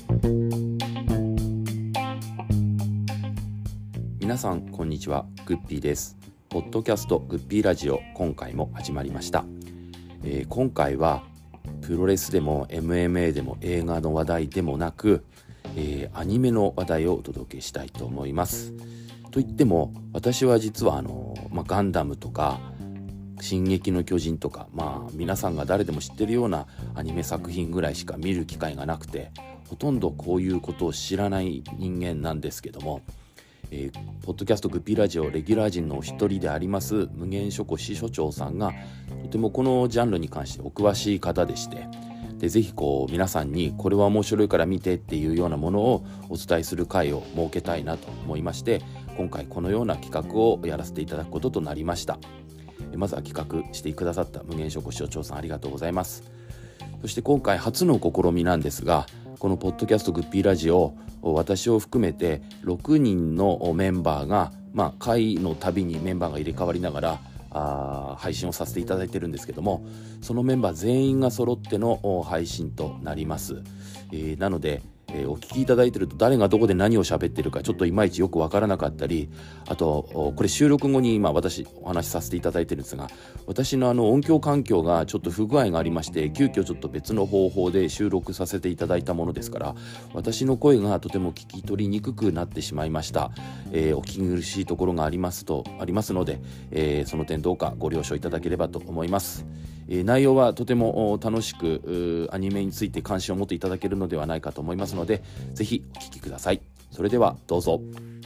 皆さんこんにちは、グッピーです。ポッドキャストグッピーラジオ、今回も始まりました。今回はプロレスでも MMA でも映画の話題でもなく、アニメの話題をお届けしたいと思います。といっても私は実はガンダムとか進撃の巨人とか、皆さんが誰でも知ってるようなアニメ作品ぐらいしか見る機会がなくて、ほとんどこういうことを知らない人間なんですけども、ポッドキャストグッピーラジオレギュラー陣のお一人であります無限書庫支所長さんがとてもこのジャンルに関してお詳しい方でして、ぜひ皆さんにこれは面白いから見てっていうようなものをお伝えする会を設けたいなと思いまして、今回このような企画をやらせていただくこととなりました。まずは企画してくださった無限書庫支所長さん、ありがとうございます。そして今回初の試みなんですが、このポッドキャストグッピーラジオ、私を含めて6人のメンバーが、回のたびにメンバーが入れ替わりながら配信をさせていただいてるんですけども、そのメンバー全員が揃っての配信となります。なのでお聞きいただいてると誰がどこで何を喋ってるかちょっといまいちよくわからなかったり、あとこれ収録後に今私お話しさせていただいてるんですが、私の音響環境がちょっと不具合がありまして、急遽ちょっと別の方法で収録させていただいたものですから、私の声がとても聞き取りにくくなってしまいました。お聞き苦しいところがありますので、その点どうかご了承いただければと思います。内容はとても楽しくアニメについて関心を持っていただけるのではないかと思いますので、ぜひお聞きください。それではどうぞ。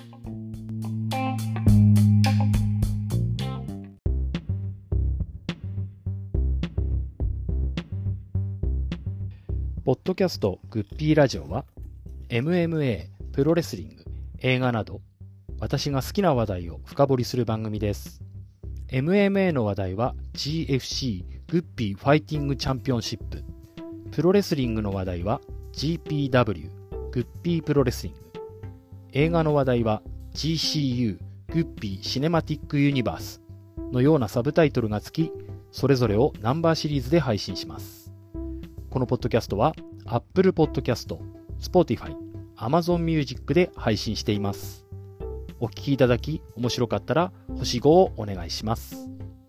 ポッドキャストグッピーラジオは MMA、プロレスリング、映画など私が好きな話題を深掘りする番組です。MMA の話題は GFC グッピーファイティングチャンピオンシップ、プロレスリングの話題は GPW グッピープロレスリング、映画の話題は GCU グッピーシネマティックユニバースのようなサブタイトルがつき、それぞれをナンバーシリーズで配信します。このポッドキャストは Apple Podcast、Spotify、Amazon Music で配信しています。お聞きいただき面白かったら星5をお願いします。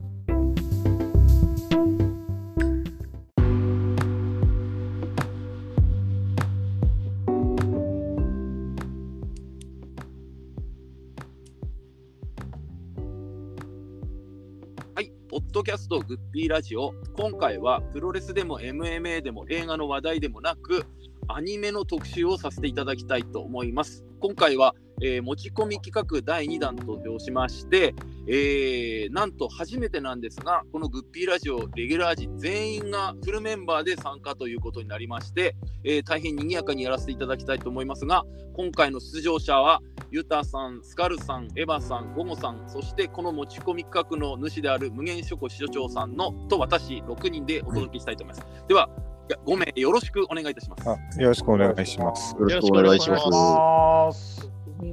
はい、ポッドキャストグッピーラジオ、今回はプロレスでも MMA でも映画の話題でもなくアニメの特集をさせていただきたいと思います。今回は、持ち込み企画第2弾と評しまして、なんと初めてなんですが、このグッピーラジオレギュラー陣全員がフルメンバーで参加ということになりまして、大変賑やかにやらせていただきたいと思いますが、今回の出場者はユタさん、スカルさん、エヴァさん、ゴゴさん、そしてこの持ち込み企画の主である無限書庫支所長さんのと私6人でお届けしたいと思います。では5名よろしくお願いいたします。 よろしくお願いします。 よろしくお願いします。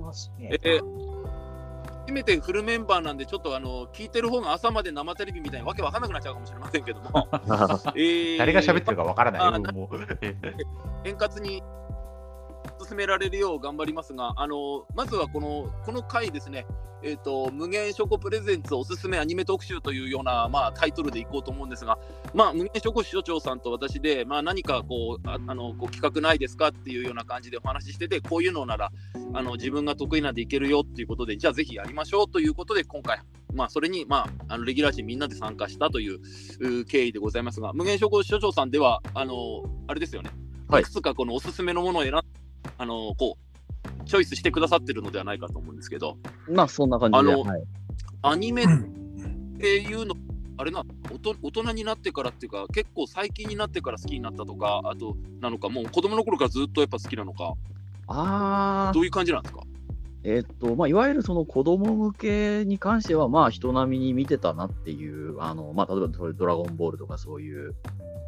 初めてフルメンバーなんで、ちょっと聞いてる方が朝まで生テレビみたいにわけわかんなくなっちゃうかもしれませんけども誰が喋ってるかわからないよ。もう円滑に進められるよう頑張りますが、まずはこの回ですね、無限書庫プレゼンツおすすめアニメ特集というような、タイトルでいこうと思うんですが、無限書庫支所長さんと私で、何か企画ないですかっていうような感じでお話ししてて、こういうのなら自分が得意なんでいけるよっていうことで、じゃあぜひやりましょうということで、今回それにレギュラー陣みんなで参加したという経緯でございますが、無限書庫支所長さんではあれですよね、いくつかこのおすすめのものを選んチョイスしてくださってるのではないかと思うんですけど、 そんな感じで、 アニメっていうのあれ大人になってからっていうか、結構最近になってから好きになったとか、あとなのか、もう子供の頃からずっとやっぱ好きなのか、どういう感じなんですか？ いわゆるその子供向けに関しては、人並みに見てたなっていう、例えばドラゴンボールとかそういう、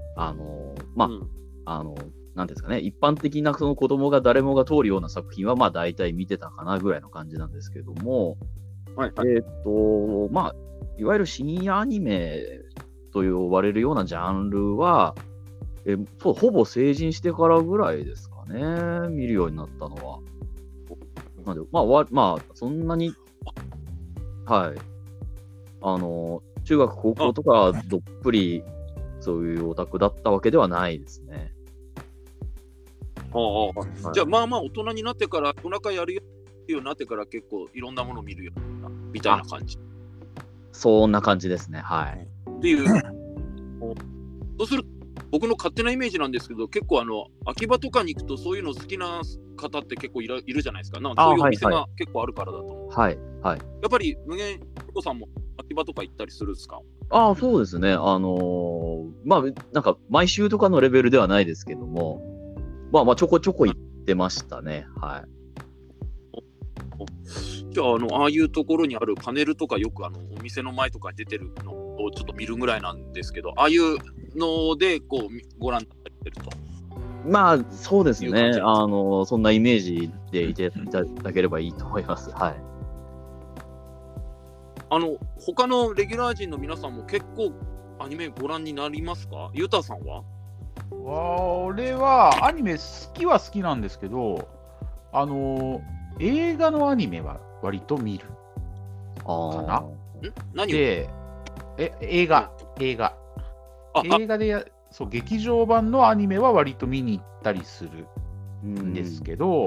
なんですかね、一般的なその子供が誰もが通るような作品は大体見てたかなぐらいの感じなんですけども、いわゆる深夜アニメと呼ばれるようなジャンルは、ほぼ成人してからぐらいですかかね、見るようになったのは。なんで、まあ、そんなに、はい。中学、高校とか、どっぷり、そういうオタクだったわけではないですね。 じゃあ、まあまあ、大人になってから、お腹やるようになってから、結構いろんなものを見るような、みたいな感じ。 そんな感じですね、はい。 っていう、そうすると、僕の勝手なイメージなんですけど、結構秋葉とかに行くと、そういうの好きな方って結構いるじゃないですか。なんかそういうお店が結構あるからだと思う。 はいはい。 やっぱり無限彦さんも秋葉とか行ったりするんですか？ そうですね。まあ、なんか毎週とかのレベルではないですけども、まあちょこちょこ行ってましたね。はい。 じゃあ、ああいうところにあるパネルとかよくお店の前とかに出てるのをちょっと見るぐらいなんですけど、ああいうのでこうご覧になってると。 まあそうですね。そんなイメージでいていただければいいと思います。はい。 他のレギュラー陣の皆さんも結構アニメご覧になりますか？ゆうたさんは？ 俺はアニメ好きは好きなんですけど、映画のアニメは割と見るかな。 何で、映画でそう劇場版のアニメは割と見に行ったりするんですけど、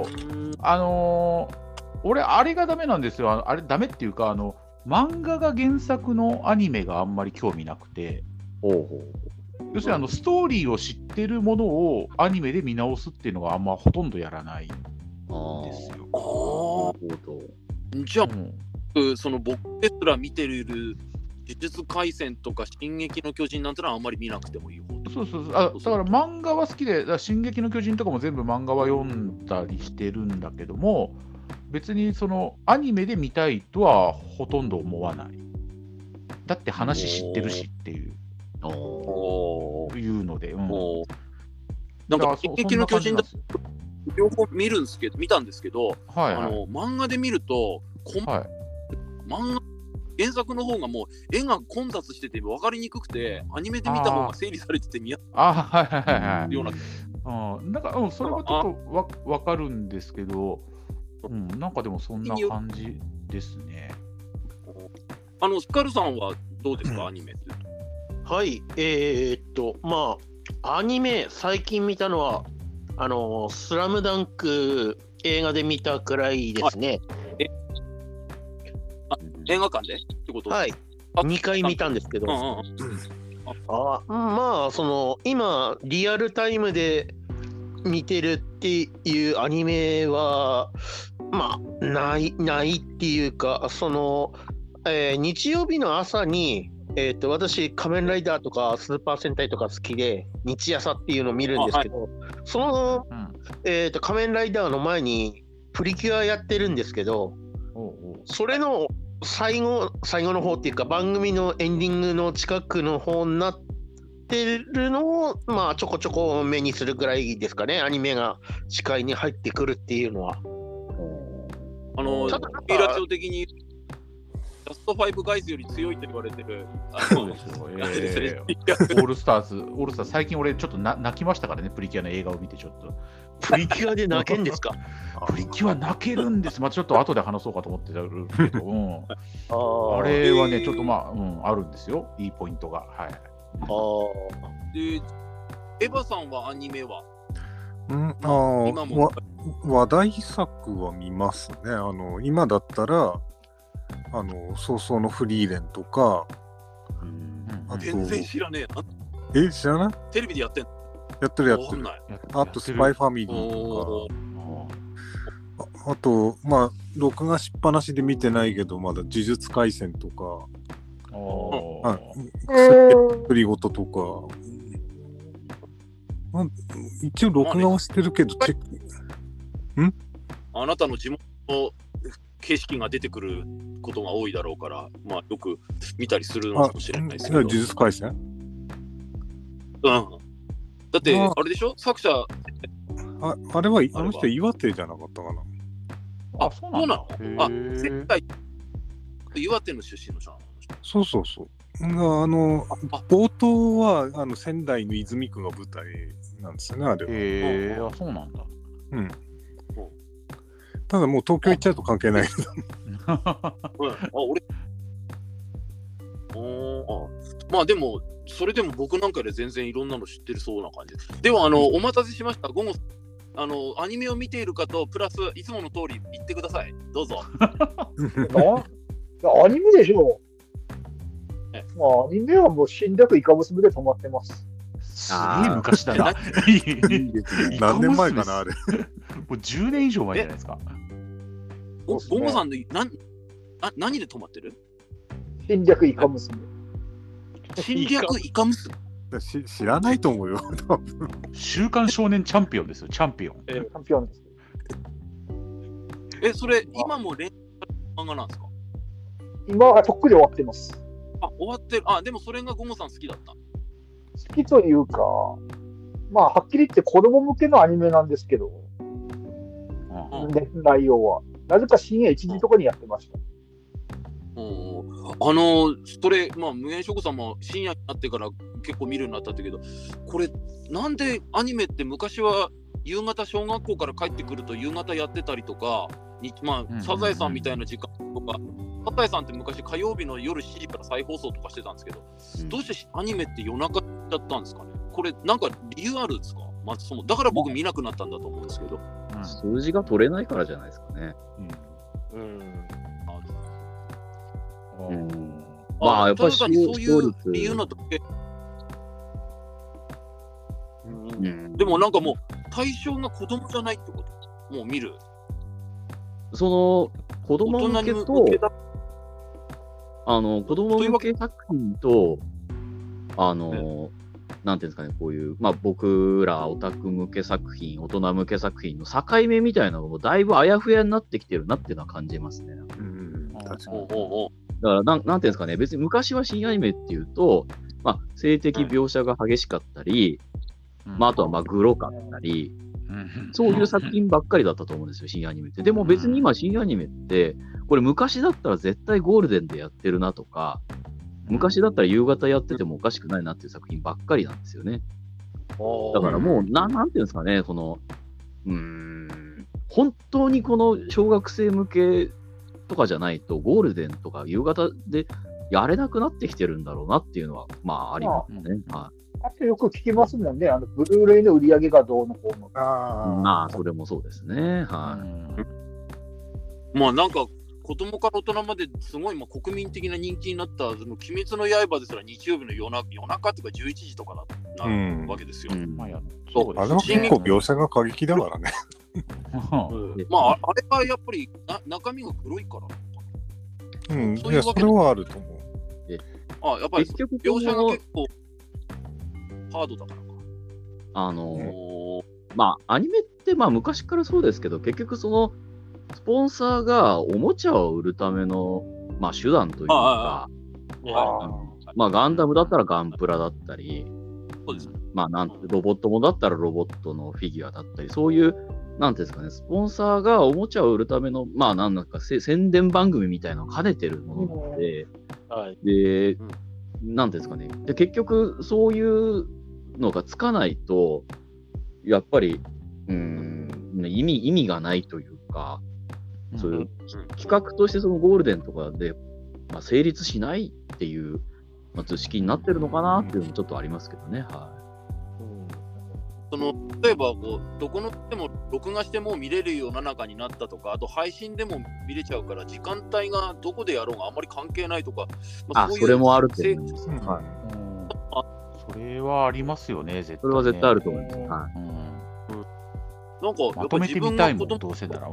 俺あれがダメなんですよ。あれダメっていうか漫画が原作のアニメがあんまり興味なくて、要するにストーリーを知ってるものをアニメで見直すっていうのがあんまほとんどやらないんですよ。 じゃあ、その僕ですら見てる呪術廻戦とか進撃の巨人なんてのはあんまり見なくてもいい方。 そうだから漫画は好きで、進撃の巨人とかも全部漫画は読んだりしてるんだけども、別にそのアニメで見たいとはほとんど思わない。だって話知ってるしっていうので、 なんか進撃の巨人だと両方見たんですけど、漫画で見ると原作の方がもう絵が混雑してて分かりにくくて、アニメで見た方が整理されてて見やすいような。 なんかそれはちょっと分かるんですけど、なんかでもそんな感じですね。 スカルさんはどうですか、アニメって？ はい、まあアニメ最近見たのはスラムダンク映画で見たくらいですね。 映画館でってこと？ はい。2回見たんですけど、まあ今リアルタイムで見てるっていうアニメはまあないっていうか、日曜日の朝に私仮面ライダーとかスーパー戦隊とか好きで日朝っていうのを見るんですけど、その、仮面ライダーの前にプリキュアやってるんですけど、それの最後の方っていうか番組のエンディングの近くの方になってるのをまあちょこちょこ目にするぐらいですかね。アニメが視界に入ってくるっていうのは。 ラジオ的にジャスト5ガイズより強いと言われてる。 そうですよ。オールスター最近俺ちょっと泣きましたからね、プリキュアの映画を見てちょっと。 プリキュアで泣けんですか？ プリキュア泣けるんです。まあちょっと後で話そうかと思ってるけど、あれはねちょっとあるんですよ。いいポイントが。はい。 で、エヴァさんはアニメは？ 今も話題作は見ますね。今だったら早々のフリーレンとか、 全然知らねえな。知らない？ テレビでやってんの？ やってる。あとスパイファミリーとか、あと録画しっぱなしで見てないけどまだ呪術廻戦とか、クリゴトとか、一応録画はしてるけどチェック。 あなたの地元の景色が出てくることが多いだろうから、まあよく見たりするのかもしれないですけど。 呪術廻戦？ だってあれでしょ、作者。 あれはあの人岩手じゃなかったかな。 そうなの？絶対岩手の出身の人なの？ そう。冒頭は仙台の泉区が舞台なんですよね、あれは。 そうなんだ。 うん。ただもう東京行っちゃうと関係ない。 俺。まあでも、それでも僕なんかで全然いろんなの知ってるそうな感じです。では、お待たせしました。午後、アニメを見ている方をプラス、いつもの通り言ってください。どうぞ。 アニメでしょ。まあ、アニメはもう侵略イカ娘で止まってます。 すげえ昔だな。 何年前かな、あれ。 もう10年以上前じゃないですか。 ゴモさんで何で止まってる？ 侵略イカ娘。 侵略イカ娘？ 知らないと思うよ。 週刊少年チャンピオンですよ、チャンピオン。 チャンピオンです。 それ、今も連載漫画なんですか？ 今はとっくに終わってます。 終わってる。でもそれがゴモさん好きだった。 好きというか、まあ、はっきり言って子供向けのアニメなんですけど、内容は。なぜか深夜1時とかにやってました。 それ、まあ、無限食さんも深夜になってから結構見るようになったんだけど、これ、なんでアニメって昔は夕方小学校から帰ってくると夕方やってたりとか、まあ、サザエさんみたいな時間とか、サザエさんって昔火曜日の夜7時から再放送とかしてたんですけど、どうしてアニメって夜中やっちゃったんですかね？これ、なんか理由あるんですか？だから僕見なくなったんだと思うんですけど。 数字が取れないからじゃないですかね。まあ、やっぱりそういう理由の時計。でもなんかもう対象が子供じゃないってこと？もう見る。 その子供向けと子供向け作品となんていうんですかね、こういうまあ僕らオタク向け作品、大人向け作品の境目みたいなのもだいぶあやふやになってきてるなっていうのは感じますね。 確かに。 だからなんていうんですかね、別に昔は新アニメっていうと、まあ、性的描写が激しかったり、まあ、あとはまあグロかったり、そういう作品ばっかりだったと思うんですよ、新アニメって。でも別に今、新アニメって、これ昔だったら絶対ゴールデンでやってるなとか、昔だったら夕方やっててもおかしくないなっていう作品ばっかりなんですよね。だからもう、なんていうんですかね、本当にこの小学生向けとかじゃないと、ゴールデンとか夕方でやれなくなってきてるんだろうなっていうのは、まあありますね。 あとよく聞きますもんね、ブルーレイの売り上げがどうのこうの。 まあ、それもそうですね。まあなんか、子供から大人まですごい国民的な人気になった「鬼滅の刃」ですら日曜日の夜中とか11時とかなるわけですよ。 あれは結構描写が過激だからね。 まああれはやっぱり中身が黒いから。 いやそれはあると思う。 やっぱり描写が結構ハードだからか。 まあアニメってまあ昔からそうですけど、結局そのスポンサーがおもちゃを売るための、まあ、手段というか、まあ、ガンダムだったらガンプラだったり、まあ、ロボットもだったらロボットのフィギュアだったり、そういう、なんていうんですかね、スポンサーがおもちゃを売るための、まあ、なんか宣伝番組みたいなのを兼ねてるものなので、で、なんていうんですかね、で結局、そういうのがつかないと、やっぱり、意味がないというか、そういう企画としてそのゴールデンとかで、まあ、成立しないっていう、まあ、図式になってるのかなっていうのもちょっとありますけどね。 例えばどこのでも録画しても見れる世の中になったとか、あと配信でも見れちゃうから時間帯がどこでやろうがあんまり関係ないとか、 それもあると思います。 それはありますよね、絶対。 それは絶対あると思います。 なんかまとめてみたいもん、どうせなら。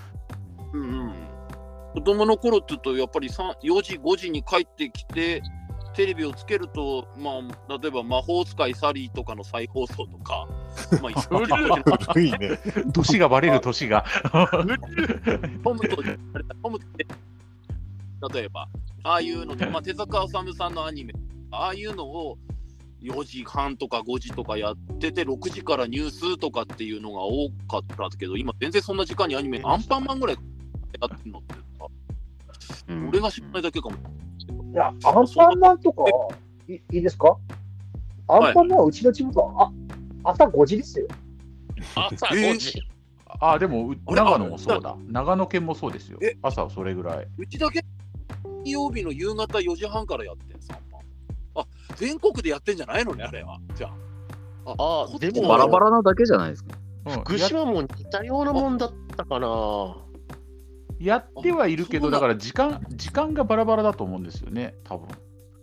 子供の頃って言うとやっぱり4時5時に帰ってきてテレビをつけると、まあ、例えば魔法使いサリーとかの再放送とか、まあ、いいね。 年がバレる年が。 トムと例えばああいうので、まあ、手坂治虫さんのアニメ、ああいうのを4時半とか5時とかやってて、6時からニュースとかっていうのが多かったけど、今全然そんな時間にアニメ、アンパンマンぐらいやってるのってさ、俺が知らないだけかも。 いや、アンパンマンとかいいですか？アンパンマンはうちのチームは朝5時ですよ。 朝5時。 でも長野もそうだ。長野県もそうですよ。朝はそれぐらい。 うちだけ金曜日の夕方4時半からやってん3番。全国でやってんじゃないのね、あれは。じゃあ。 でもバラバラなだけじゃないですか。 福島も似たようなもんだったかな。 やってはいるけど、だから時間がバラバラだと思うんですよね、多分。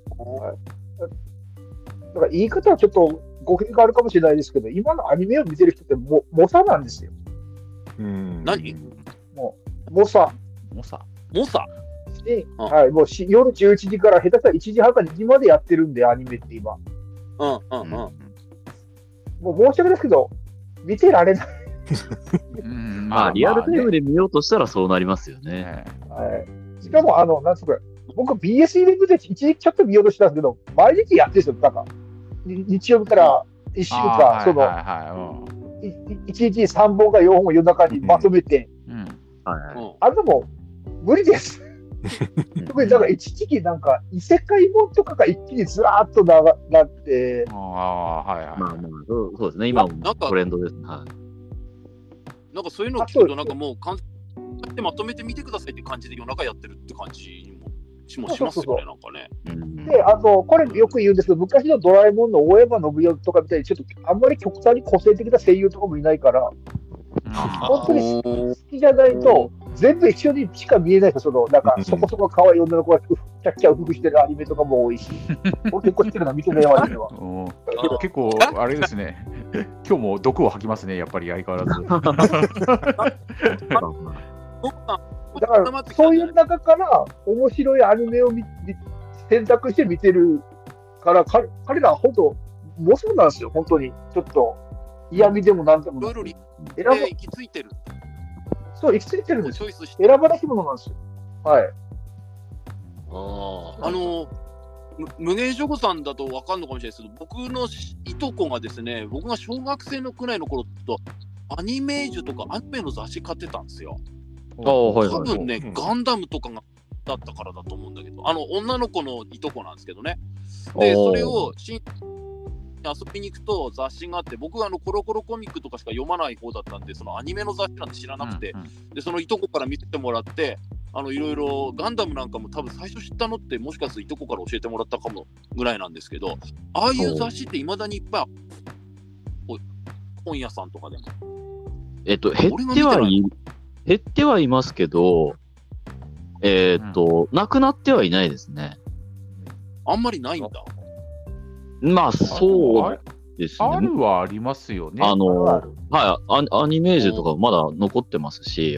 だから言い方はちょっと語弊があるかもしれないですけど、今のアニメを見てる人って猛者なんですよ。 何？ 猛者。 猛者？ はい、もう夜11時から下手したら1時半か2時までやってるんで、アニメって今。 もう申し訳ないですけど、見てられない。 リアルタイムで見ようとしたらそうなりますよね。 しかも、なんつうか、僕 BS11 で一時期ちょっと見ようとしたんですけど、毎日やってるんですよ、だから。日曜日から1週間、1日3本か4本を夜中にまとめて、あれでも無理です。特にだから一時期なんか異世界もんとかが一気にずらーっとなって、 そうですね、今もトレンドですね。 なんかそういうのを聞くと、なんかもう完全にまとめて見てくださいって感じで夜中やってるって感じもしますよね、なんかね。 で、これよく言うんですけど、昔のドラえもんの大山信代とかみたいに、ちょっとあんまり極端に個性的な声優とかもいないから、本当に好きじゃないと、全部一緒にしか見えないですよ。なんか、そこそこ可愛い女の子がキャッキャウフフしてるアニメとかも多いし、俺結構知ってるのは見てないアニメは。 結構、あれですね、今日も毒を吐きますね、やっぱり相変わらず。 だから、そういう中から面白いアニメを選択して見てるから、彼らは本当、猛者なんですよ、本当に。ちょっと、嫌味でもなんでも。 いろいろ行き着いてる。 そう、行き着いてるんですよ。選ばなきものなんですよ。はい。 無限諸子さんだと分かんのかもしれないですけど、僕のいとこがですね、僕が小学生のくらいの頃と、アニメージュとかアニメの雑誌買ってたんですよ。多分ね、ガンダムとかがだったからだと思うんだけど、女の子のいとこなんですけどね。で、それを遊びに行くと雑誌があって、僕はコロコロコミックとかしか読まない方だったんで、そのアニメの雑誌なんて知らなくて、でそのいとこから見せてもらって、いろいろガンダムなんかも多分最初知ったのってもしかするといとこから教えてもらったかもぐらいなんですけど、ああいう雑誌っていまだにいっぱい本屋さんとかでも。 減ってはいますけど、なくなってはいないですね。 あんまりないんだ。 まあ、そうですね。 あるはありますよね。 アニメージュとかまだ残ってますし、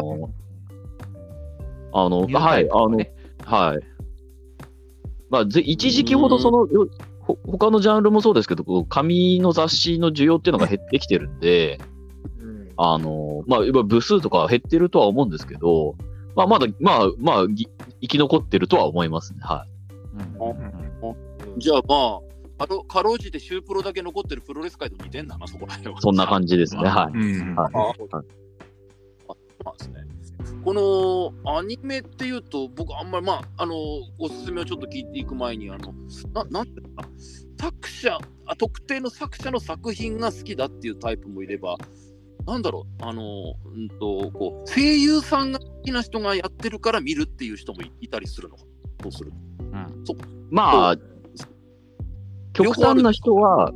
まあ、一時期ほど他のジャンルもそうですけど、紙の雑誌の需要っていうのが減ってきてるんで、部数とかは減ってるとは思うんですけど、まだ生き残ってるとは思いますね。 じゃあかろうじてシュープロだけ残ってるプロレス界と似てんだな、そこら辺は。 そんな感じですね。 このアニメっていうと、僕あんまりおすすめをちょっと聞いていく前になんていうのかな、特定の作者の作品が好きだっていうタイプもいれば、なんだろう、声優さんが好きな人がやってるから見るっていう人もいたりするのか。どうする？ 極端な人は、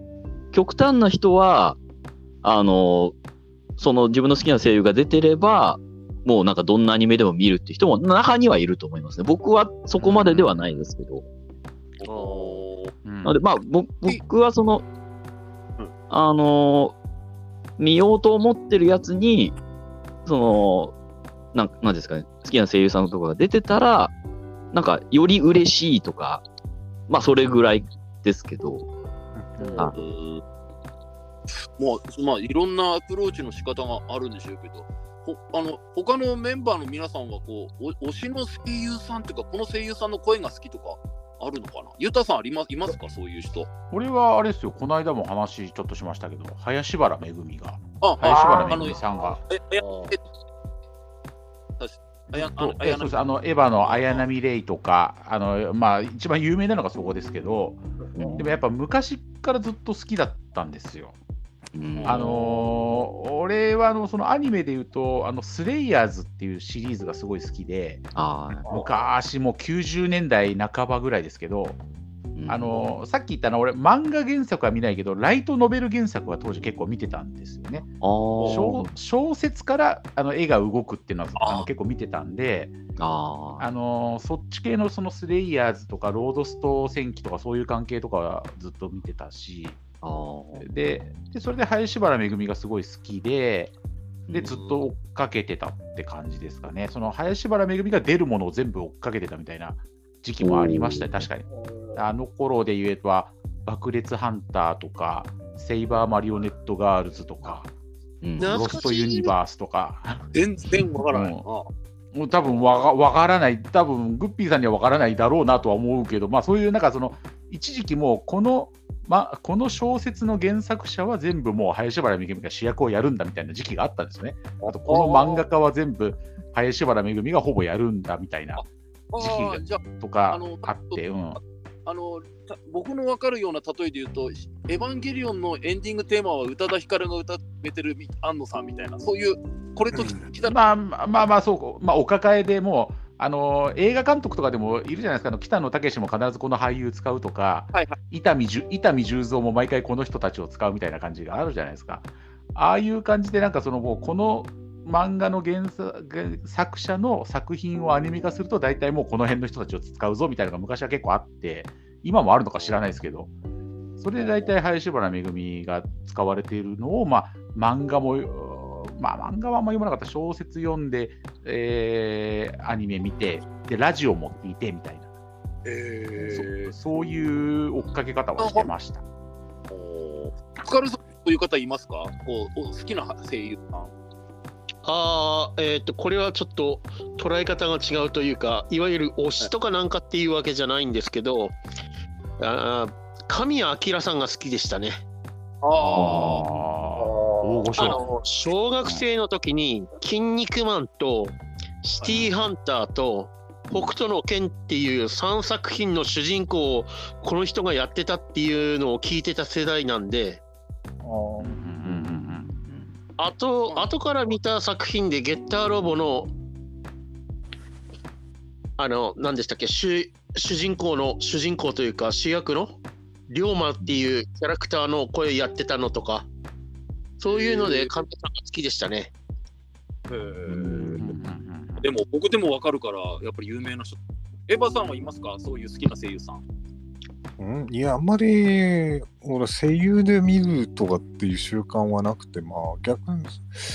その自分の好きな声優が出てれば、もうなんかどんなアニメでも見るって人も中にはいると思いますね。僕はそこまでではないですけど。なので、僕は見ようと思ってるやつに、なんですかね、好きな声優さんのところが出てたら、なんかより嬉しいとか、それぐらいですけど。 いろんなアプローチの仕方があるんでしょうけど、他のメンバーの皆さんは推しの声優さんというか、この声優さんの声が好きとかあるのかな。ゆうたさんいますか、そういう人。 俺はあれですよ、この間も話ちょっとしましたけど、林原めぐみさんが。エヴァの綾波レイとか、一番有名なのがそこですけど、でもやっぱ昔からずっと好きだったんですよ。 俺はそのアニメで言うと、スレイヤーズっていうシリーズがすごい好きで、昔もう90年代半ばぐらいですけど、さっき言ったのは俺漫画原作は見ないけどライトノベル原作は当時結構見てたんですよね。小説から絵が動くっていうのは結構見てたんで、そっち系のそのスレイヤーズとかロードスト戦記とかそういう関係とかはずっと見てたし、でそれで林原めぐみがすごい好きでずっと追っかけてたって感じですかね。その林原めぐみが出るものを全部追っかけてたみたいな時期もありましたね。確かにあの頃で言えば爆裂ハンターとかセイバーマリオネットガールズとか、ロストユニバースとか全然わからない。 もう多分わからない、多分グッピーさんにはわからないだろうなとは思うけど、そういうなんかその一時期もうこの小説の原作者は全部もう林原めぐみが主役をやるんだみたいな時期があったんですね。あとこの漫画家は全部林原めぐみがほぼやるんだみたいな時期とかあって、 僕の分かるような例えで言うと、エヴァンゲリオンのエンディングテーマは宇多田ヒカルが歌ってる安野さんみたいな、そういう、これと来たら、 そう、お抱えでもう、映画監督とかでもいるじゃないですか、北野武も必ずこの俳優使うとか、伊丹十三も毎回この人たちを使うみたいな感じがあるじゃないですか。ああいう感じで、なんかもうこの漫画の作者の作品をアニメ化すると大体もうこの辺の人たちを使うぞみたいなのが昔は結構あって、今もあるのか知らないですけど、それで大体林原めぐみが使われているのを、漫画も漫画はあんま読まなかった、小説読んで、アニメ見てでラジオも聞いてみたいな、そういう追っかけ方はしてました。 ヒカルさんという方いますか？好きな声優さん。 これはちょっと捉え方が違うというか、いわゆる推しとかなんかっていうわけじゃないんですけど、神谷明さんが好きでしたね。小学生の時に「筋肉マン」と「シティーハンター」と「北斗の拳」っていう3作品の主人公をこの人がやってたっていうのを聞いてた世代なんで、後から見た作品でゲッターロボの何でしたっけ、主人公というか主役の龍馬っていうキャラクターの声やってたのとか、そういうので神田さんが好きでしたね。 でも僕でも分かるからやっぱり有名な人。エヴァさんはいますか？そういう好きな声優さん。 いや、あんまり俺声優で見るとかっていう習慣はなくて、逆に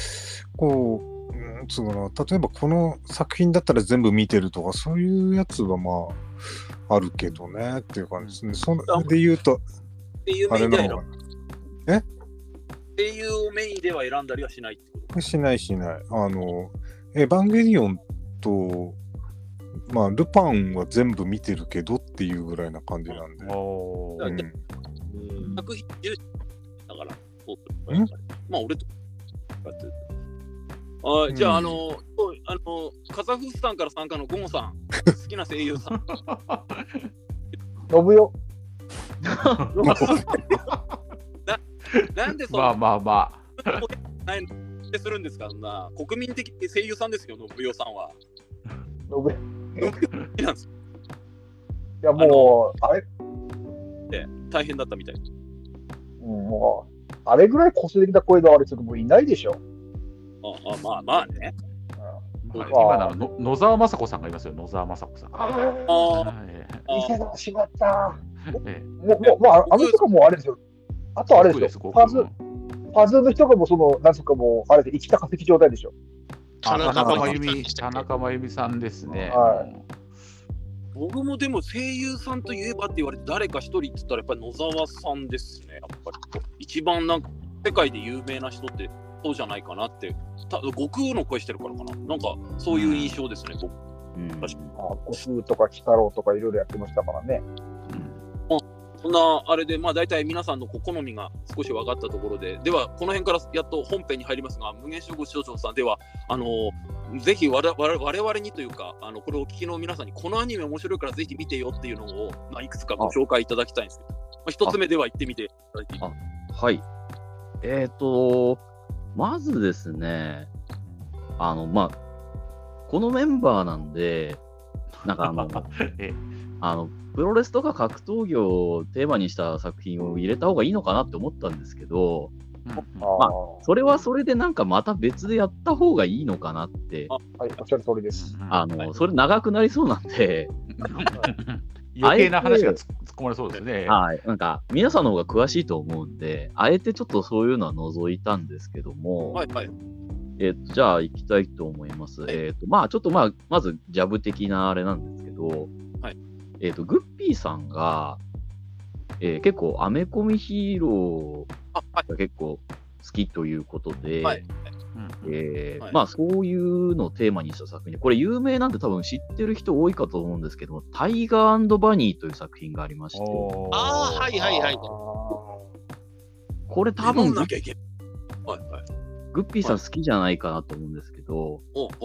例えばこの作品だったら全部見てるとかそういうやつはあるけどねっていう感じですね。それで言うとあれなのかな。 声優をメインでは選んだりはしないってこと？ しない。エヴァンゲリオンとルパンは全部見てるけどっていうぐらいな感じなんで。 作品重視だから。俺と。じゃあ、カザフスタンから参加のゴモさん、好きな声優さん。 信代。 なんでそんなないのってするんですか？国民的声優さんですよ、信代さんは。いや、もう、あれ大変だったみたい。 もう、あれぐらい個性的な声のある人もういないでしょ。 ね。 今なら野沢雅子さんがいますよ、野沢雅子さん。 見せてしまった。もう、あの人がもうあれですよ。あとあれですよ。パズーの人がもうなんとかもう、あれで生きた化石状態でしょ。 田中真由美さんですね。 僕もでも声優さんといえばって言われて誰か一人って言ったらやっぱり野沢さんですね。やっぱり一番なんか世界で有名な人ってそうじゃないかなって。悟空の声してるからかな。なんかそういう印象ですね。僕。 悟空とか鬼太郎とかいろいろやってましたからね。 そんなあれで大体皆さんの好みが少し分かったところで、ではこの辺からやっと本編に入りますが、無限小視聴者さんではぜひ我々にというかこれをお聞きの皆さんにこのアニメ面白いからぜひ見てよっていうのを、いくつかご紹介いただきたいんですけど、一つ目では言ってみていただいていいですか？ はい。 まずですね、まあ、このメンバーなんで、なんかプロレスとか格闘技をテーマにした作品を入れた方がいいのかなって思ったんですけど、まあ、それはそれでなんかまた別でやった方がいいのかなって。 はい、おっしゃる通りです。 それ長くなりそうなんで、 余計な話が突っ込まれそうですね。 はい。なんか、皆さんの方が詳しいと思うんで、あえてちょっとそういうのは除いたんですけども、 はいはい。 じゃあ行きたいと思います。まあ、ちょっとまず、ジャブ的なあれなんですけど、 はい。 グッピーさんが、結構、アメコミヒーローが結構好きということで、 はい。 まあ、そういうのをテーマにした作品で、これ有名なんで多分知ってる人多いかと思うんですけども、タイガー&バニーという作品がありまして、 はいはいはい。 これ多分、 なきゃいけない。はいはい。 グッピーさん好きじゃないかなと思うんですけど、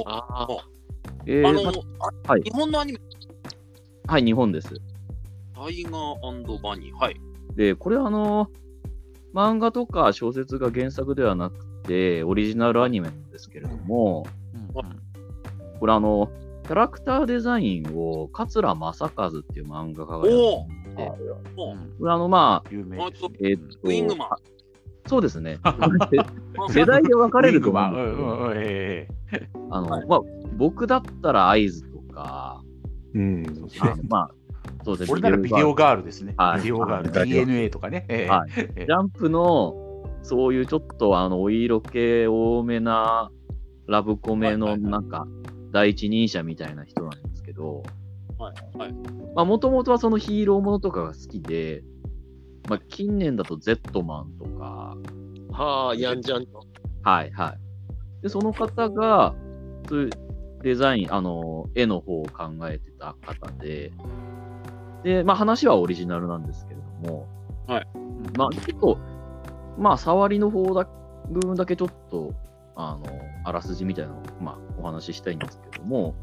はい。日本のアニメ？ はい、日本です。 タイガー&バニー。はい。 で、これ漫画とか小説が原作ではなくて、オリジナルアニメなんですけれども、これキャラクターデザインを桂正和っていう漫画家がやってて、これまあ、 有名です。ウィングマン。 そうですね。世代で分かれると思うんですけど、まあ、僕だったら合図とか、まあ、そうですね。 俺ならビデオガールですね。ビデオガール、DNA とかね。 ジャンプの、そういうちょっとお色気多めなラブコメのなんか、第一人者みたいな人なんですけど、まあ、もともとはそのヒーローものとかが好きで、まあ、近年だと Z マンとか、 ヤンジャン。 はいはい。で、その方が、そういうデザイン、絵の方を考えてた方で、まあ話はオリジナルなんですけれども、まあちょっと、まあ触りの部分だけちょっと、あらすじみたいなのを、まあお話ししたいんですけども、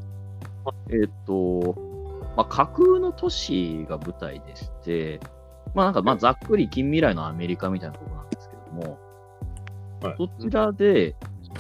まあ架空の都市が舞台でして、まあなんかまあざっくり近未来のアメリカみたいなところなんですけども、そちらで、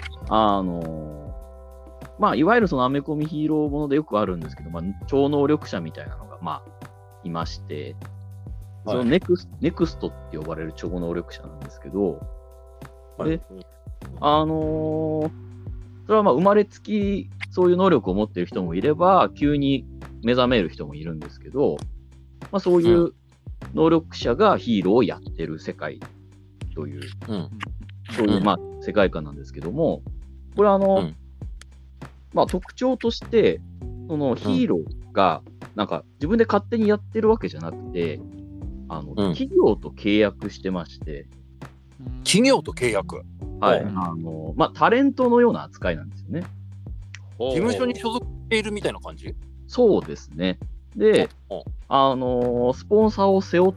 まあいわゆるそのアメコミヒーローものでよくあるんですけど、まあ超能力者みたいなのがまあいまして、そのネクストって呼ばれる超能力者なんですけど、で、それはまあ生まれつきそういう能力を持っている人もいれば、急に目覚める人もいるんですけど、まあそういう能力者がヒーローをやってる世界という、そういうまあ世界観なんですけども、これまあ特徴として、そのヒーローがなんか自分で勝手にやってるわけじゃなくて、企業と契約してまして。 企業と契約？ はい。まあタレントのような扱いなんですよね。 事務所に所属しているみたいな感じ？ そうですね。で、スポンサーを背負って、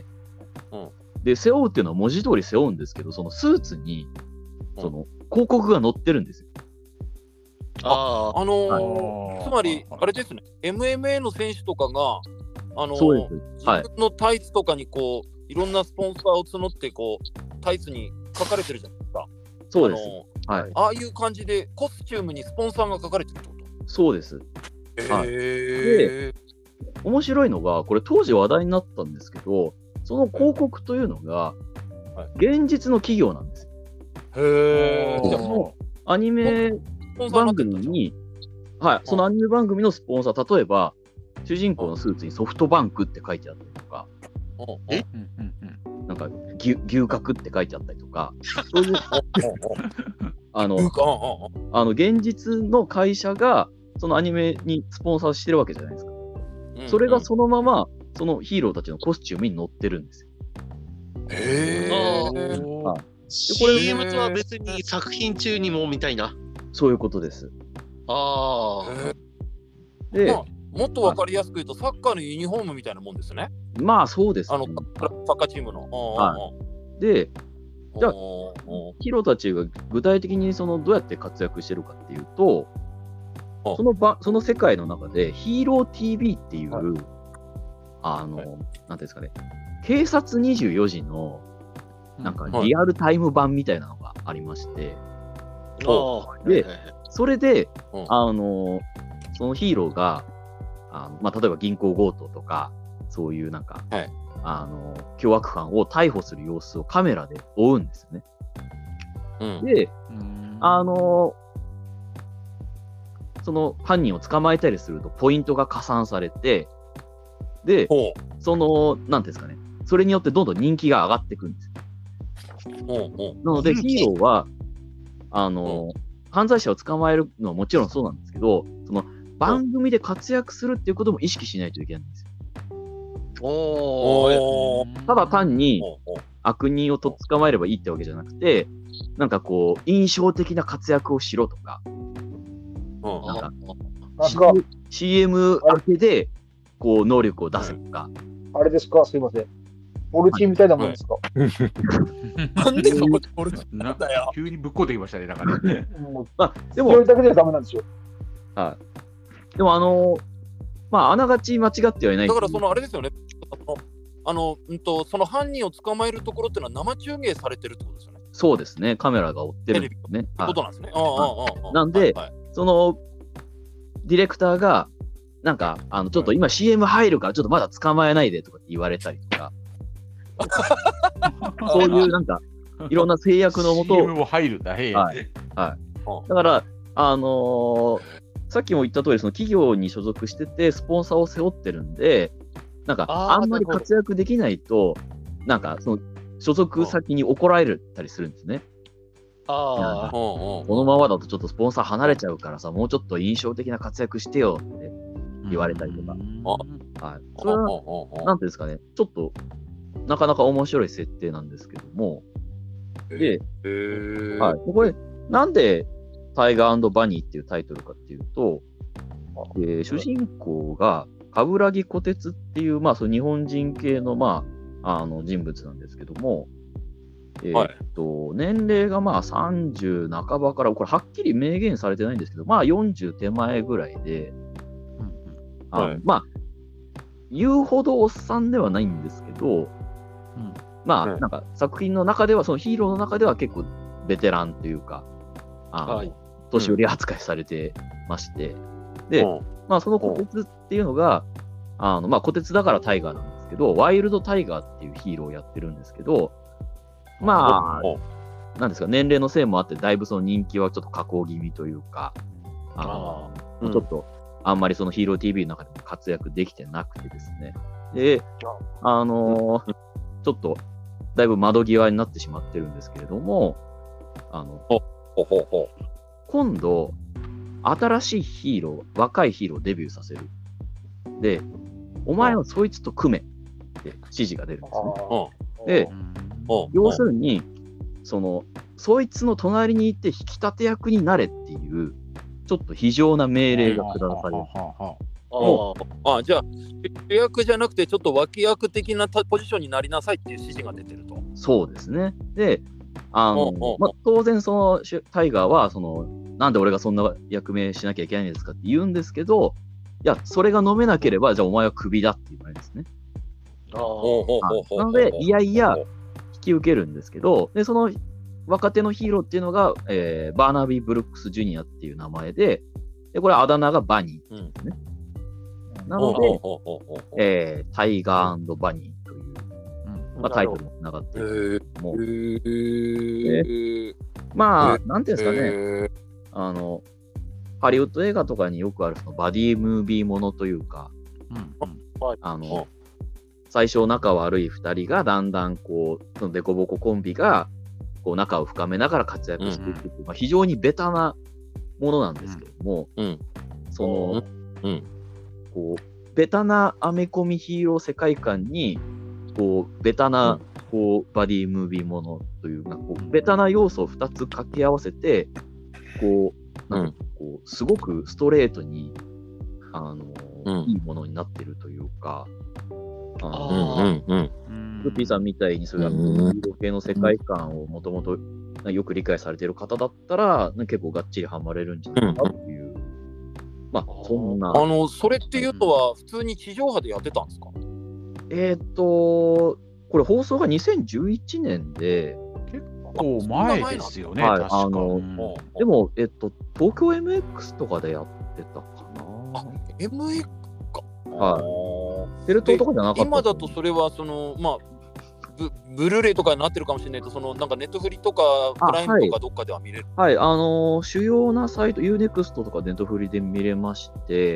で、背負うっていうのは文字通り背負うんですけど、そのスーツに、その広告が載ってるんですよ。 つまり、あれですね、MMA の選手とかが、 そうです。 自分のタイツとかにこう、いろんなスポンサーを募って、こう、タイツに書かれてるじゃないですか。 そうです。 ああいう感じで、コスチュームにスポンサーが書かれてるってこと？ そうです。で、面白いのが、これ当時話題になったんですけど、その広告というのが、現実の企業なんですよ。そのアニメ番組に、そのアニメ番組のスポンサー、例えば、主人公のスーツにソフトバンクって書いてあったりとか、なんか牛角って書いてあったりとか、そういう現実の会社がそのアニメにスポンサーしてるわけじゃないですか。それがそのままそのヒーローたちのコスチュームに載ってるんですよ。 CM とは別に作品中にもみたいな。 そういうことです。 で、もっとわかりやすく言うと、サッカーのユニフォームみたいなもんですね。 まあそうです、ね。 サッカーチームの。 で、じゃあ、ヒーローたちが具体的にどうやって活躍してるかっていうと、その世界の中でヒーロー TV っていう、なんていうんですかね、警察24時のなんかリアルタイム版みたいなのがありまして、 あで、それで、 うんそのヒーローが、例えば銀行強盗とか、そういうなんか、 はい凶悪犯を逮捕する様子をカメラで追うんですよね。 うんで、その犯人を捕まえたりするとポイントが加算されて、で、 ほなんていうんですかね、それによってどんどん人気が上がっていくんですよ。 うほうほうなので、ヒーローは、犯罪者を捕まえるのはもちろんそうなんですけど、その番組で活躍するっていうことも意識しないといけないんですよ。 おーただ単にほうほう悪人をとっ捕まえればいいってわけじゃなくて、なんかこう、印象的な活躍をしろとか、 うんなんかなんか、 CM 明けで、こう、能力を出すとか、 あれですか、すいません。ボルチーみたいなもんですか。 なんでそこで俺なだよ。 急にぶっこんできましたね、なんかね。 もうまあ、でそもれ、だけではダメなんですよ。 でもあながち間違ってはいない。 だからそのあれですよね。その犯人を捕まえるところっていうのは生中継されてるってことですよね。 そうですね、カメラが追ってるんですね。 ってことなんですね。 なんではいその、ディレクターが、なんか、ちょっと今 CM 入るからちょっとまだ捕まえないでとかって言われたりとか、そういうなんか、いろんな制約のもと、 CM も入るんだ、へえ。 はいだから、さっきも言った通り、その企業に所属してて、スポンサーを背負ってるんで、なんか、 あーあんまり活躍できないと、なんか、その、所属先に怒られたりするんですね。 ああ、 このままだとちょっとスポンサー離れちゃうからさ、もうちょっと印象的な活躍してよって言われたりとか。はい。それは、なんていうんですかね、ちょっと、なかなか面白い設定なんですけども、で、はい。これ、なんで、タイガー&バニーっていうタイトルかっていうと、主人公が、冠城虎鉄っていう、その日本人系の、人物なんですけども、年齢が30半ばから、これはっきり明言されてないんですけど、40手前ぐらいで、言うほどおっさんではないんですけど、なんか作品の中では、そのヒーローの中では結構ベテランというか、年寄り扱いされてまして、で、その虎鉄っていうのが、虎鉄だからタイガーなんですけど、ワイルドタイガーっていうヒーローをやってるんですけど、なんですか、年齢のせいもあって、だいぶその人気はちょっと下降気味というか、ちょっとあんまりそのヒーロー TV の中でも活躍できてなくてですね。で、ちょっとだいぶ窓際になってしまってるんですけれども、今度、新しいヒーロー、若いヒーローをデビューさせる。で、お前はそいつと組めって指示が出るんですね。で、要するに、そいつの隣にいて引き立て役になれっていう、ちょっと非常な命令が下される。 じゃあ、主役じゃなくて、ちょっと脇役的なポジションになりなさいっていう指示が出てると。 そうですね。で、当然、そのタイガーは、なんで俺がそんな役名しなきゃいけないんですかって言うんですけど、いや、それが飲めなければ、じゃあお前はクビだって言われるんですね。なので、いやいや、引き受けるんですけど、で、その若手のヒーローっていうのが、バーナビー・ブルックス・ジュニアっていう名前で、これあだ名がバニーですね。なので、タイガー&バニーという、タイトルにつながっているんですけども、なんていうんですかね、ハリウッド映画とかによくあるそのバディムービーものというか、最初仲悪い2人がだんだんこう、そのデコボココンビがこう仲を深めながら活躍していくっていう、非常にベタなものなんですけども、こうベタなアメコミヒーロー世界観にこうベタなこうバディムービーものというか、こうベタな要素を2つ掛け合わせて、こうすごくストレートにいいものになってるというか、グッピーさんみたいにそういうヒーロー系の世界観をもともとよく理解されている方だったら、結構がっちりハマれるんじゃないかっていう、そんな。 それっていうのは、普通に地上波でやってたんですか？ これ放送が2011年で、 構前ですよね、 はい、 確か。 でも、東京 MX とかでやってたかな。 MX か。 はい。テレ東とかじゃなかった。 今だとそれはブルーレイとかになってるかもしれないと、なんかネットフリとかプライムとかどっかでは見れる。 はい、主要なサイト、UNEXT とかネットフリで見れまして、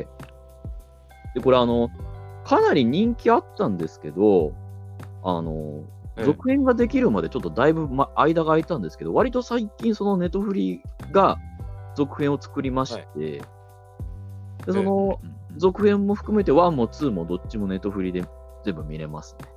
で、これかなり人気あったんですけど、続編ができるまでちょっとだいぶ、間が空いたんですけど、割と最近そのネットフリが続編を作りまして、でその続編も含めて1も2もどっちもネットフリで全部見れますね。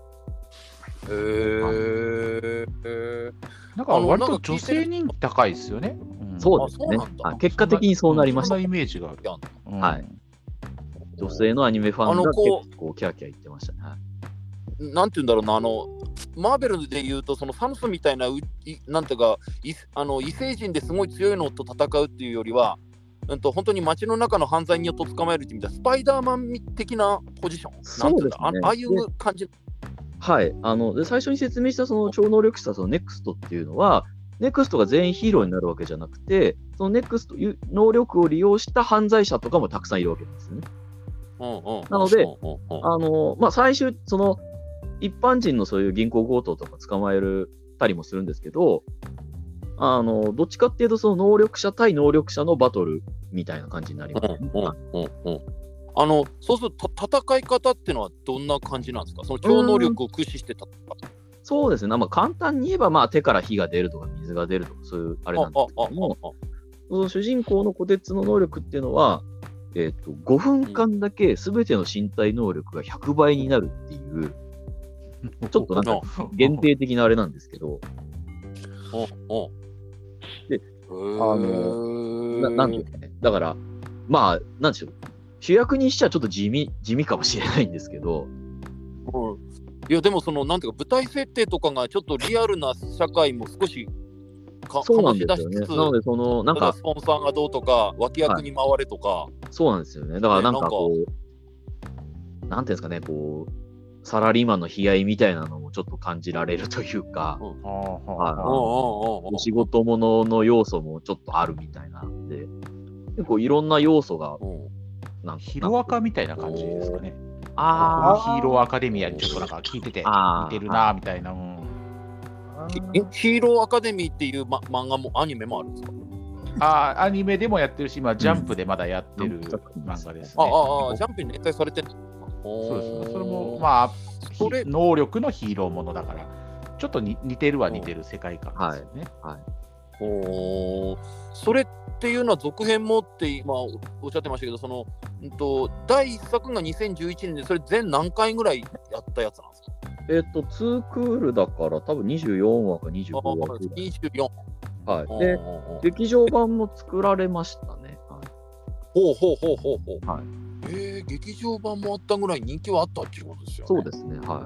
なんか割と女性人気高いですよね。 そうですね。結果的にそうなりました。 そんなイメージがある。 はい。女性のアニメファンが結構キャーキャー言ってましたね。 なんて言うんだろうな、マーベルで言うと、そのサノスみたいな、なんていうか、異星人ですごい強いのと戦うっていうよりは、本当に街の中の犯罪人をと捕まえるって意味では、スパイダーマン的なポジション、 そうですね。 ああいう感じ。 はい。で最初に説明したその超能力者、そのネクストっていうのは、ネクストが全員ヒーローになるわけじゃなくて、そのネクスト、能力を利用した犯罪者とかもたくさんいるわけですよね。なので、最終、その、一般人のそういう銀行強盗とか捕まえたりもするんですけど、どっちかっていうと、その能力者対能力者のバトルみたいな感じになりますね。 そうすると戦い方っていうのはどんな感じなんですか？その超能力を駆使して戦う。 そうですね。簡単に言えば、手から火が出るとか水が出るとか、そういうあれなんですけども、その主人公の虎鉄の能力っていうのは、5分間だけ全ての身体能力が100倍になるっていう、ちょっとなんか限定的なあれなんですけど、で、なんていうかね、だから、なんでしょう、主役にしちゃちょっと地味かもしれないんですけど、 いやでもなんていうか舞台設定とかがちょっとリアルな社会も少しそうなんですよね。なのでなんかスポンサーがどうとか脇役に回れとか、 そうなんですよね。だからなんかこう、なんていうんですかね、こうサラリーマンの悲哀みたいなのもちょっと感じられるというか、お仕事ものの要素もちょっとあるみたいなんで、結構いろんな要素が、 ヒロアカみたいな感じですかね。ヒーローアカデミアにちょっとなんか聞いてて似てるなみたいな。 ヒーローアカデミーっていう漫画もアニメもあるんですか？ アニメでもやってるし、今ジャンプでまだやってる漫画ですね。 ジャンプに連載されてる。 そうですね。それも能力のヒーローものだから、ちょっと似てるは似てる世界観ですよね。 それっていうのは続編もって今おっしゃってましたけど、第1作が2011年で、それ全何回ぐらいやったやつなんですか ？2クールだから多分24話か25話くらい。 24。 はい。で、劇場版も作られましたね。 ほう。はい。劇場版もあったぐらい人気はあったっていうことですよね。 そうですね。はい。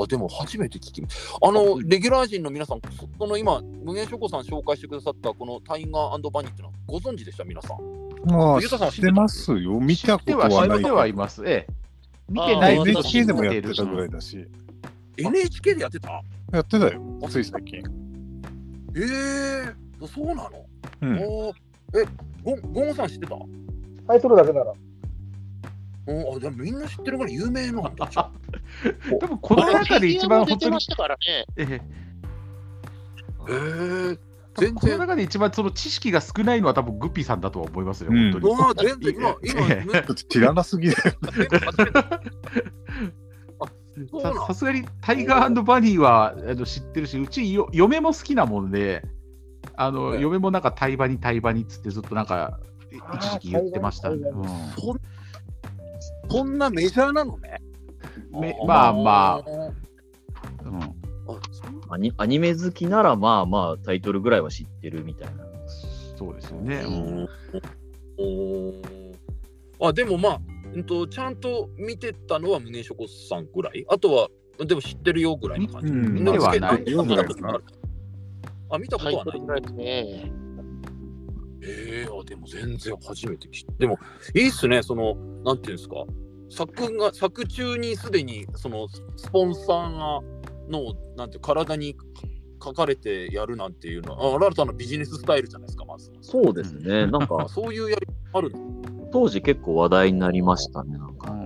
でも初めて聞きレギュラー陣の皆さん、今無限書庫さん紹介してくださったこのタイガー&バニーっていうのはご存知でした？皆さん。 知ってますよ。見たことはない。 知ってはいます。見てないけど NHK でもやってたぐらいだし。 NHK でやってた？ やってたよ。つい最近。 そうなの？ゴンさん知ってた？ タイトルだけなら。 じゃあみんな知ってるから有名なんだ。 多分この中で一番本当に。 全然この中で一番その知識が少ないのは多分グッピーさんだとは思いますよ。本当に。 全然今知らなすぎだよ。 さすがにタイガー&バニーは知ってるし、うち嫁も好きなもんで、嫁もなんかタイバニっつってずっとなんか一時期言ってましたね。 そんなメジャーなのね。 アニメ好きならタイトルぐらいは知ってるみたいな。 そうですよね。 でもちゃんと見てたのは無限書庫さんぐらい。あとはでも知ってるよぐらいの感じ。 見てはない。 見たことはないね。でも全然初めて聞いた。でもいいっすね。なんていうんですか。作中にすでにスポンサーがのなんて体に書かれてやるなんていうのは新たなビジネススタイルじゃないですか、まず。 そうですね、なんかそういうやり方ある当時結構話題になりましたね、なんか。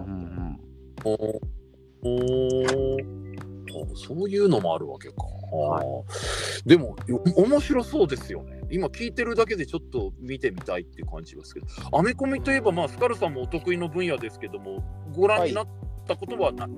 そういうのもあるわけか。でも面白そうですよね。今聞いてるだけでちょっと見てみたいっていう感じですけど、アメコミといえば、スカルさんもお得意の分野ですけども、ご覧になったことはない？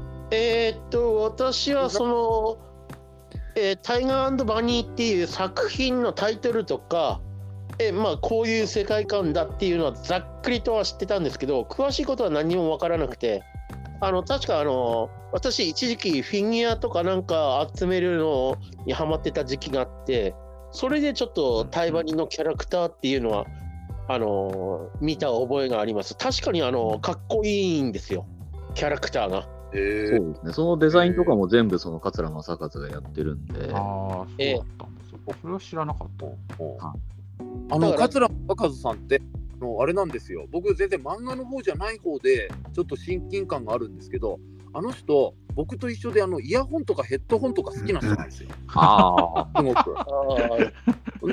私はその、タイガー&バニーっていう作品のタイトルとか、こういう世界観だっていうのはざっくりとは知ってたんですけど、詳しいことは何も分からなくて、確か私一時期フィギュアとかなんか集めるのにハマってた時期があって、それでちょっとタイバニのキャラクターっていうのは見た覚えがあります。確かにかっこいいんですよ、キャラクターが。 そうですね、そのデザインとかも全部その桂正和がやってるんで。 そうだったんですよ。それは知らなかった。 桂正和さんってあれなんですよ、僕全然漫画の方じゃない方でちょっと親近感があるんですけど、あの人僕と一緒でイヤホンとかヘッドホンとか好きな人なんですよ。すごく。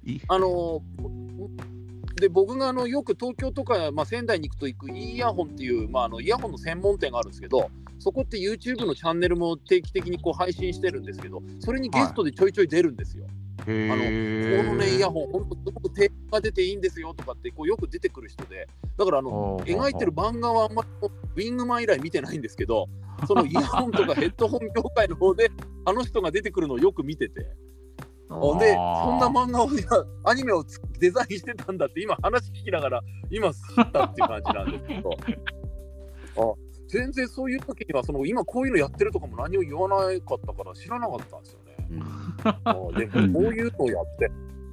で僕がよく東京とか、仙台に行くと行くイヤホンっていう、イヤホンの専門店があるんですけど、そこって YouTube のチャンネルも定期的にこう配信してるんですけど、それにゲストでちょいちょい出るんですよ。このねイヤホン本当すごく手が出ていいんですよとかってこうよく出てくる人で、だから描いてる漫画はあんまりウィングマン以来見てないんですけど、そのイヤホンとかヘッドホン業界の方であの人が出てくるのをよく見てて、でそんな漫画をアニメをデザインしてたんだって今話聞きながら今知ったっていう感じなんですけど全然そういう時には今こういうのやってるとかも何も言わなかったから知らなかったんですよね。でもこういうのをやって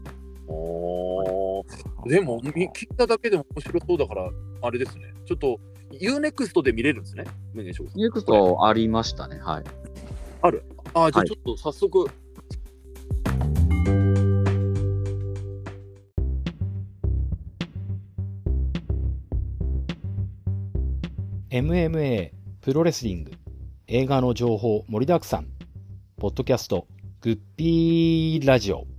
でも聞いただけでも面白そうだからあれですね、ちょっと UNEXT で見れるんですね。 UNEXT ありましたね。はい、 ある。じゃあちょっと早速、 MMA プロレスリング映画の情報盛りだくさん、ポッドキャストグッピーラジオ。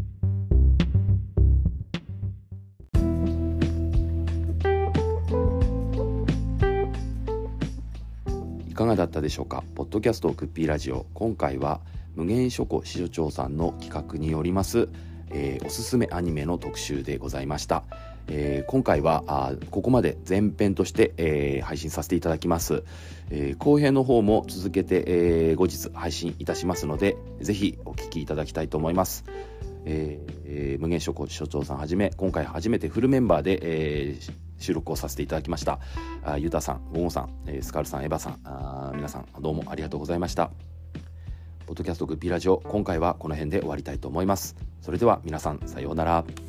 いかがだったでしょうか。ポッドキャストグッピーラジオ、今回は無限書庫支所長さんの企画によります、おすすめアニメの特集でございました。今回はここまで前編として、配信させていただきます。後編の方も続けて、後日配信いたしますので、ぜひお聞きいただきたいと思います。無限書庫所長さんはじめ、今回初めてフルメンバーで、収録をさせていただきました。ゆたさん、ゴゴさん、スカルさん、エヴァさん、皆さんどうもありがとうございました。ポッドキャストグッピーラジオ、今回はこの辺で終わりたいと思います。それでは皆さん、さようなら。